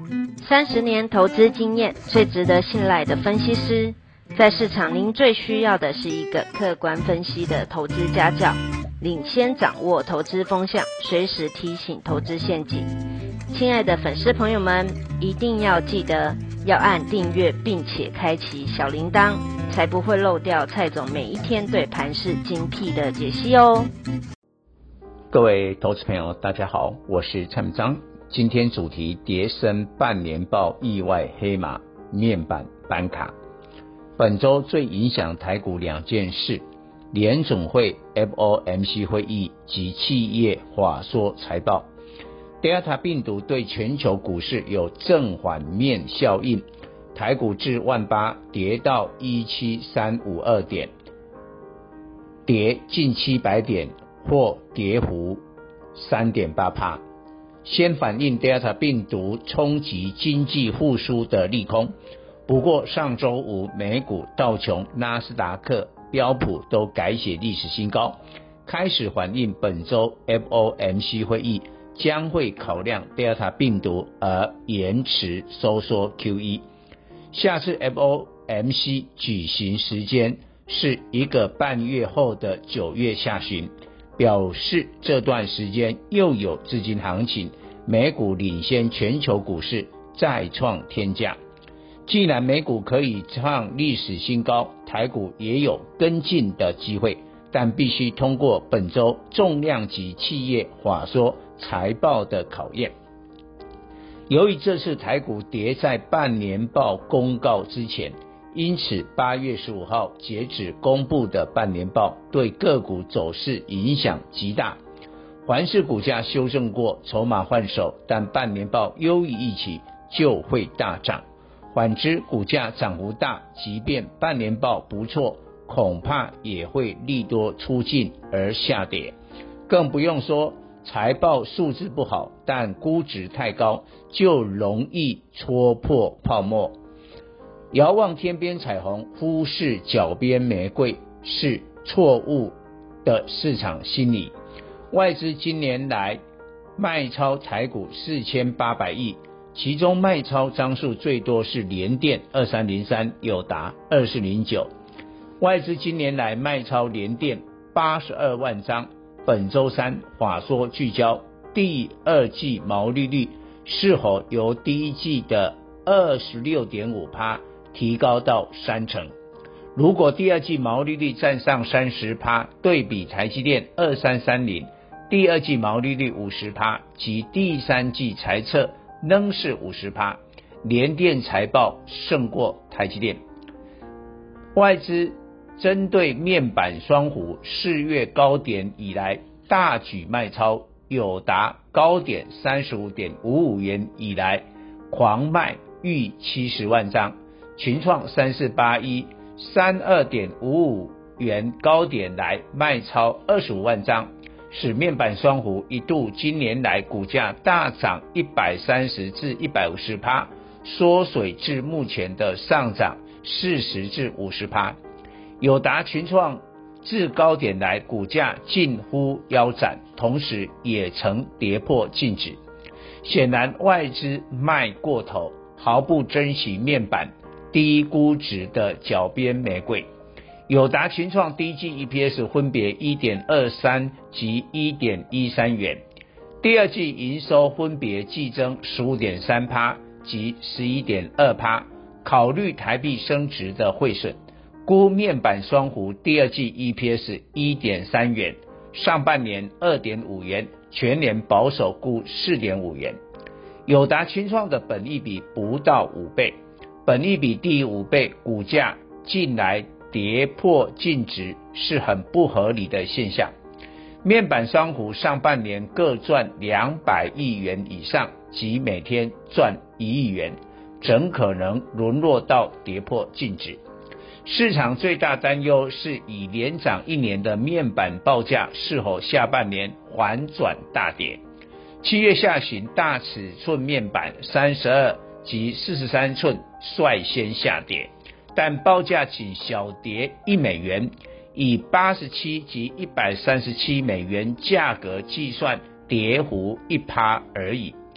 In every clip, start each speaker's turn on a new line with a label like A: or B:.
A: 30年投资经验，最值得信赖的分析师。在市场，您最需要的是一个客观分析的投资家教，领先掌握投资风向，随时提醒投资陷阱。亲爱的粉丝朋友们，一定要记得要按订阅，并且开启小铃铛，才不会漏掉蔡总每一天对盘势精辟的解析哦。
B: 各位投资朋友大家好，我是蔡明彰。今天主题跌升半年报意外黑马面板板卡。本周最影响台股两件事，联总会 FOMC 会议及企业法说财报。Delta 病毒对全球股市有正反面效应，台股至18000跌到17352点，跌近700点或跌幅 3.8%， 先反映 Delta 病毒冲击经济复苏的利空。不过上周五美股道琼、纳斯达克、标普都改写历史新高，开始反映本周 FOMC 会议将会考量 Delta 病毒而延迟收缩 QE。 下次 FOMC 举行时间是1个半月后的9月下旬，表示这段时间又有资金行情，美股领先全球股市再创天价。既然美股可以创历史新高，台股也有跟进的机会，但必须通过本周重量级企业法说财报的考验。由于这次台股跌在半年报公告之前，因此8月15号截止公布的半年报对个股走势影响极大。凡是股价修正过，筹码换手，但半年报优于预期就会大涨。反之，股价涨幅大，即便半年报不错，恐怕也会利多出尽而下跌。更不用说财报数字不好，但估值太高，就容易戳破泡沫。遥望天边彩虹，忽视脚边玫瑰是错误的市场心理。外资今年来卖超台股4800亿，其中卖超张数最多是联电2303，友达2409。外资今年来卖超联电82万张。本周三法说聚焦第二季毛利率是否由第一季的 26.5% 提高到30%。如果第二季毛利率占上 30%， 对比台积电2330，第二季毛利率 50% 及第三季财测仍是 50%， 联电财报胜过台积电。外资针对面板双虎4月高点以来大举卖超，友达高点 35.55 元以来狂卖逾70万张，群创3481 32.55 元高点来卖超25万张，使面板双虎一度今年来股价大涨130至 150%， 缩水至目前的上涨40至 50%。 友达、群创自高点来股价近乎腰斩，同时也曾跌破净值。显然外资卖过头，毫不珍惜面板低估值的脚边玫瑰。友达、群创第一季 EPS 分别 1.23 及 1.13 元，第二季营收分别季增 15.3% 及 11.2%， 考虑台币升值的汇损，估面板双虎第二季 EPS 1.3 元，上半年 2.5 元，全年保守估 4.5 元。友达、群创的本益比不到5倍，本益比低于5倍，股价近来跌破净值是很不合理的现象。面板双虎上半年各赚200亿元以上，即每天赚1亿元，怎可能沦落到跌破净值？市场最大担忧是以连涨1年的面板报价是否下半年反转大跌。7月下旬大尺寸面板32及43寸率先下跌，但报价仅小跌1美元，以87及137美元价格计算，跌幅1%而已。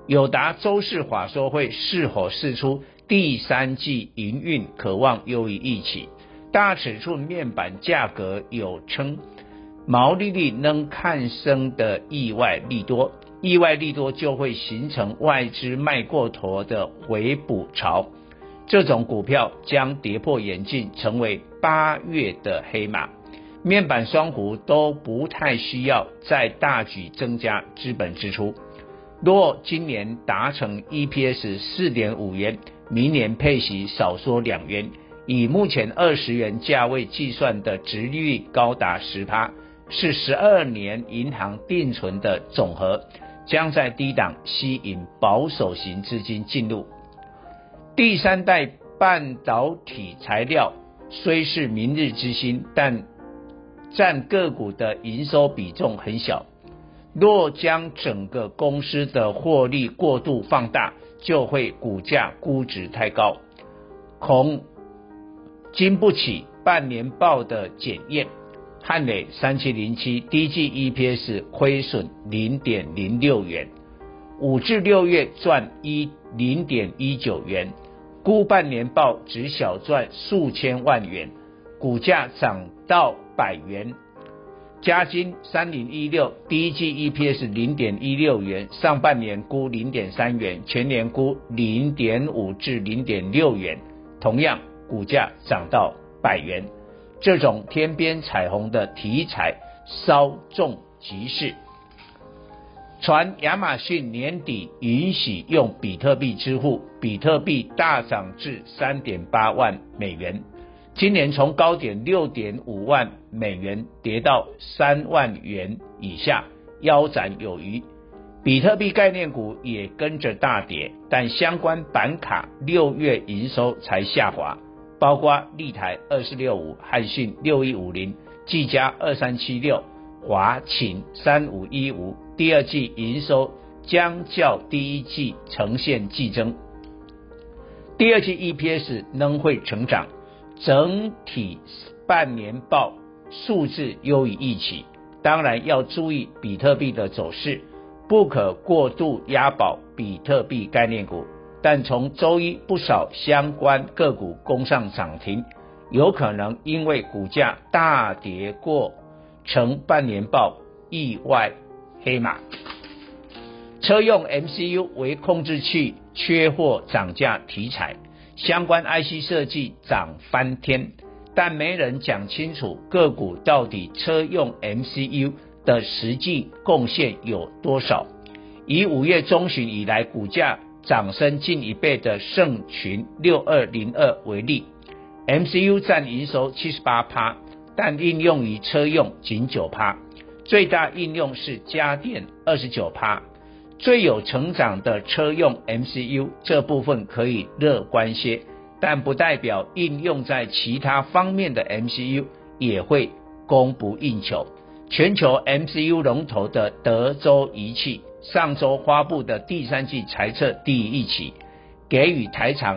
B: 友达周四法说会是否释出第三季营运可望优于预期，大尺寸面板价格有称毛利率能看升的意外利多，意外利多就会形成外资卖过头的回补潮，这种股票将跌破眼镜，成为8月的黑马。面板双虎都不太需要再大举增加资本支出，若今年达成 EPS 4.5 元，明年配息少说2元，以目前20元价位计算的殖利率高达 10%， 是12年银行定存的总和，将在低档吸引保守型资金进入。第三代半导体材料虽是明日之星，但占个股的营收比重很小，若将整个公司的获利过度放大，就会股价估值太高，恐经不起半年报的检验。汉磊3707第一季 EPS 亏损 0.06 元，5至6月赚 0.19 元，估半年报只小赚数千万元，股价涨到100元。嘉金3016第一季 EPS 0.16 元，上半年估 0.3 元，全年估 0.5 至 0.6 元，同样股价涨到100元。这种天边彩虹的题材稍纵即逝。传亚马逊年底允许用比特币支付，比特币大涨至 3.8 万美元，今年从高点 6.5 万美元跌到3万元以下，腰斩有余。比特币概念股也跟着大跌，但相关板卡6月营收才下滑，包括立台2465、汉讯6150、技嘉2376、华擎3515，第二季营收将较第一季呈现季增，第二季 EPS 仍会成长，整体半年报数字优于预期。当然要注意比特币的走势，不可过度押宝比特币概念股，但从周一不少相关个股攻上涨停，有可能因为股价大跌过成半年报意外黑马。车用 MCU 为控制器缺货涨价题材，相关 IC 设计涨翻天，但没人讲清楚个股到底车用 MCU 的实际贡献有多少。以5月中旬以来股价涨升近1倍的盛群6202为例， MCU 占营收 78%， 但应用于车用仅 9%， 最大应用是家电 29%， 最有成长的车用 MCU 这部分可以乐观些，但不代表应用在其他方面的 MCU 也会供不应求。全球 MCU 龙头的德州仪器上周发布的第三季财测第一期，给予台厂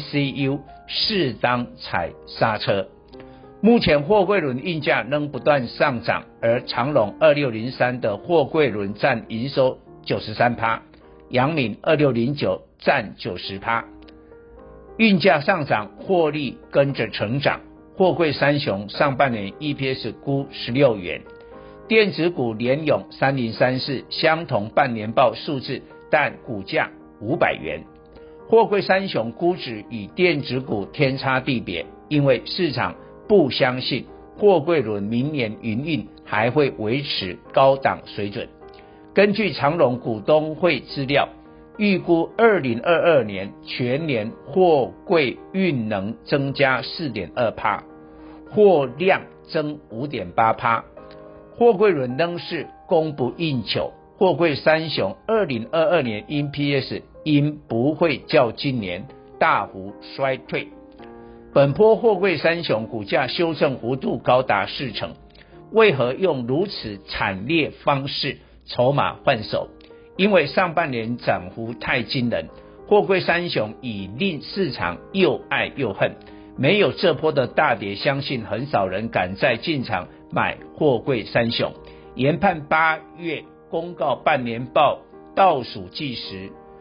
B: MCU 适当踩刹车。目前货柜轮运价仍不断上涨，而长荣2603的货柜轮占营收 93%， 阳明2609占 90%， 运价上涨，获利跟着成长。货柜三雄上半年 EPS 估16元，电子股联咏3034相同半年报数字，但股价500元。货柜三雄估值与电子股天差地别，因为市场不相信货柜轮明年营运还会维持高档水准。根据长荣股东会资料，预估2022年全年货柜运能增加 4.2%， 货量增 5.8%， 货柜轮仍是供不应求。货柜三雄2022年 EPS 应不会较今年大幅衰退。本波货柜三雄股价修正幅度高达40%，为何用如此惨烈方式筹码换手？因为上半年涨幅太惊人，货柜三雄已令市场又爱又恨，没有这波的大跌，相信很少人敢再进场买货柜三雄。研判8月公告半年报倒数计时，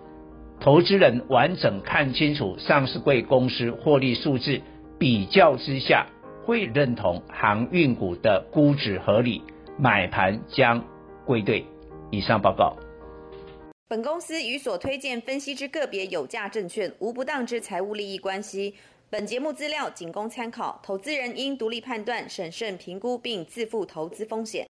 B: 投资人完整看清楚上市柜公司获利数字，比较之下会认同航运股的估值合理，买盘将归队。以上报告。
C: 本公司与所推荐分析之个别有价证券无不当之财务利益关系。本节目资料仅供参考，投资人应独立判断、审慎评估并自负投资风险。